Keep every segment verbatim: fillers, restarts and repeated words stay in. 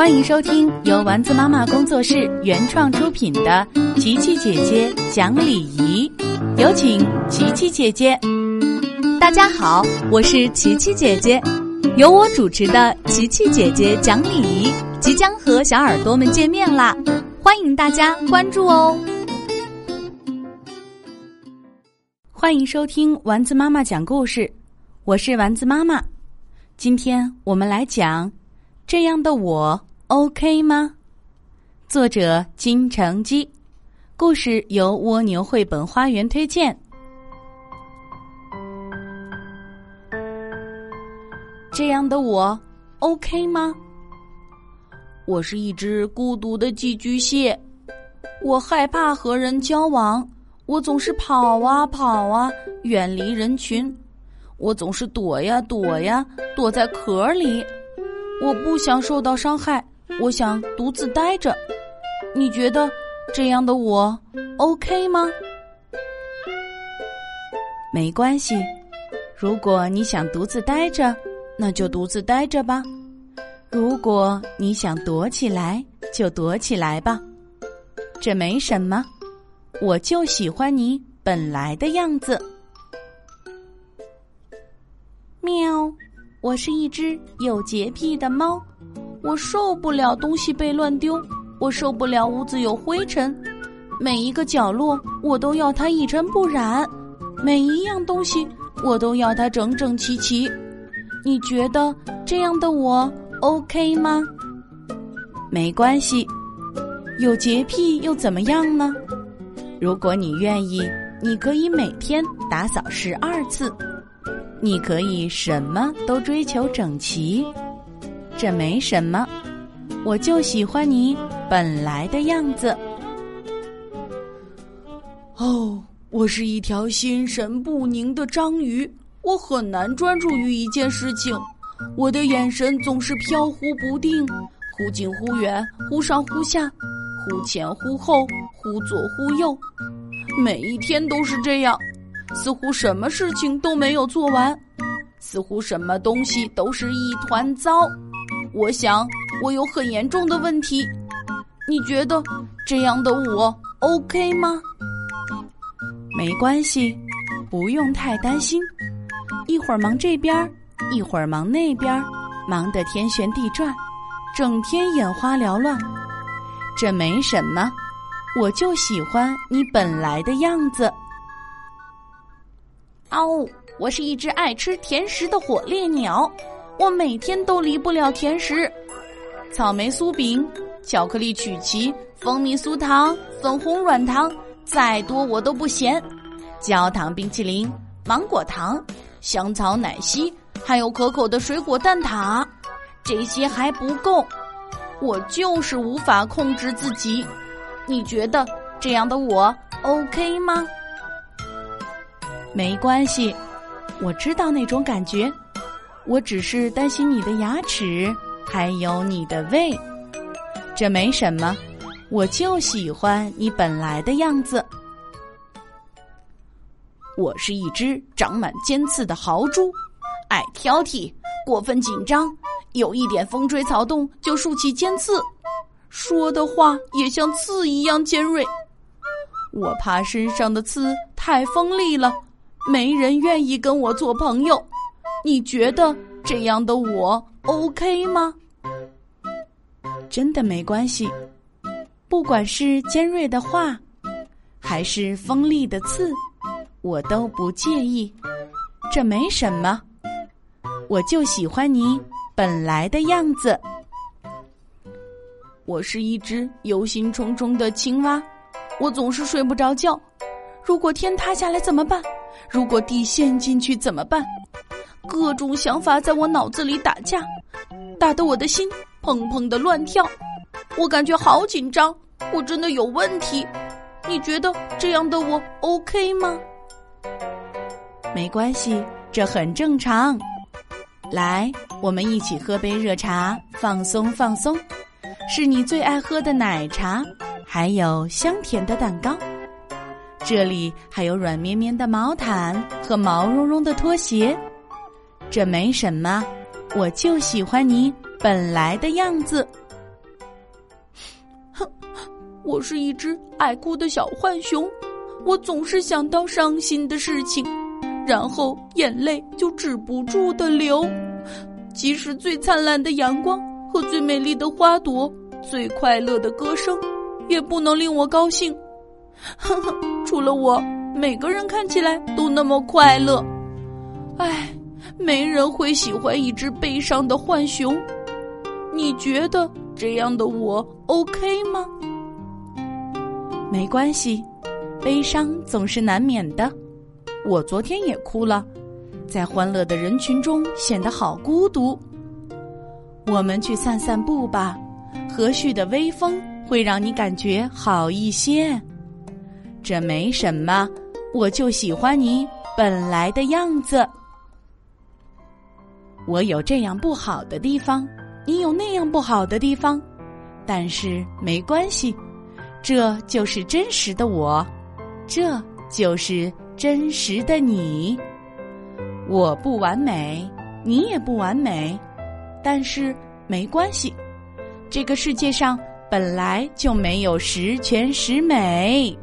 欢迎收听由丸子妈妈工作室原创出品的琪琪姐姐讲礼仪，有请琪琪姐姐。 大家好，我是琪琪姐姐，由我主持的琪琪姐姐讲礼仪即将和小耳朵们见面啦，欢迎大家关注哦。 欢迎收听丸子妈妈讲故事，我是丸子妈妈。今天我们来讲这样的我 OK 吗？作者金成基，故事由蜗牛绘本花园推荐。这样的我 OK 吗？我是一只孤独的寄居蟹，我害怕和人交往，我总是跑啊跑啊，远离人群，我总是躲呀躲呀，躲在壳里。我不想受到伤害，我想独自待着。你觉得这样的我 OK 吗？没关系，如果你想独自待着，那就独自待着吧。如果你想躲起来，就躲起来吧。这没什么，我就喜欢你本来的样子。喵，我是一只有洁癖的猫，我受不了东西被乱丢，我受不了屋子有灰尘，每一个角落我都要它一尘不染，每一样东西我都要它整整齐齐。你觉得这样的我 OK 吗？没关系，有洁癖又怎么样呢？如果你愿意，你可以每天打扫十二次，你可以什么都追求整齐，这没什么，我就喜欢你本来的样子。哦，我是一条心神不宁的章鱼，我很难专注于一件事情，我的眼神总是飘忽不定，忽近忽远，忽上忽下，忽前忽后，忽左忽右，每一天都是这样，似乎什么事情都没有做完，似乎什么东西都是一团糟。我想我有很严重的问题，你觉得这样的我 OK 吗？没关系，不用太担心，一会儿忙这边，一会儿忙那边，忙得天旋地转，整天眼花缭乱，这没什么，我就喜欢你本来的样子。哦，我是一只爱吃甜食的火烈鸟，我每天都离不了甜食，草莓酥饼、巧克力曲奇、蜂蜜酥糖、粉红软糖，再多我都不嫌，焦糖冰淇淋、芒果糖、香草奶昔，还有可口的水果蛋挞，这些还不够，我就是无法控制自己。你觉得这样的我 OK 吗？没关系，我知道那种感觉，我只是担心你的牙齿，还有你的胃，这没什么，我就喜欢你本来的样子。我是一只长满尖刺的豪猪，爱挑剔，过分紧张，有一点风吹草动就竖起尖刺，说的话也像刺一样尖锐。我怕身上的刺太锋利了，没人愿意跟我做朋友。你觉得这样的我 OK 吗？真的没关系，不管是尖锐的话，还是锋利的刺，我都不介意，这没什么，我就喜欢你本来的样子。我是一只忧心忡忡的青蛙，我总是睡不着觉，如果天塌下来怎么办？如果地陷进去怎么办？各种想法在我脑子里打架，打得我的心砰砰地乱跳，我感觉好紧张，我真的有问题。你觉得这样的我 OK 吗？没关系，这很正常。来，我们一起喝杯热茶，放松放松，是你最爱喝的奶茶，还有香甜的蛋糕，这里还有软绵绵的毛毯和毛茸茸的拖鞋，这没什么，我就喜欢你本来的样子。 我是一只爱哭的小浣熊，我总是想到伤心的事情，然后眼泪就止不住地流。即使最灿烂的阳光和最美丽的花朵，最快乐的歌声，也不能令我高兴。呵呵，除了我，每个人看起来都那么快乐。唉，没人会喜欢一只悲伤的浣熊。你觉得这样的我 OK 吗？ 没关系，悲伤总是难免的。我昨天也哭了，在欢乐的人群中显得好孤独。我们去散散步吧，和煦的微风会让你感觉好一些。这没什么，我就喜欢你本来的样子。我有这样不好的地方，你有那样不好的地方，但是没关系，这就是真实的我，这就是真实的你。我不完美，你也不完美，但是没关系，这个世界上本来就没有十全十美。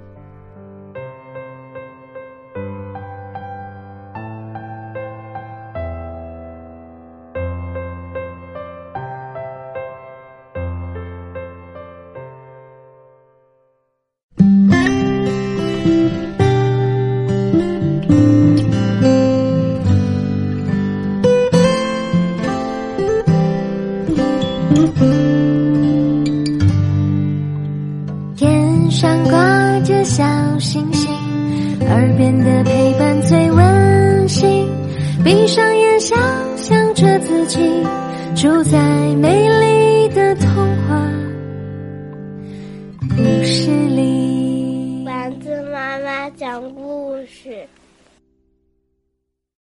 天上挂着小星星，耳边的陪伴最温馨，闭上眼想象着自己住在美丽的童话故事里。 丸子妈妈讲故事。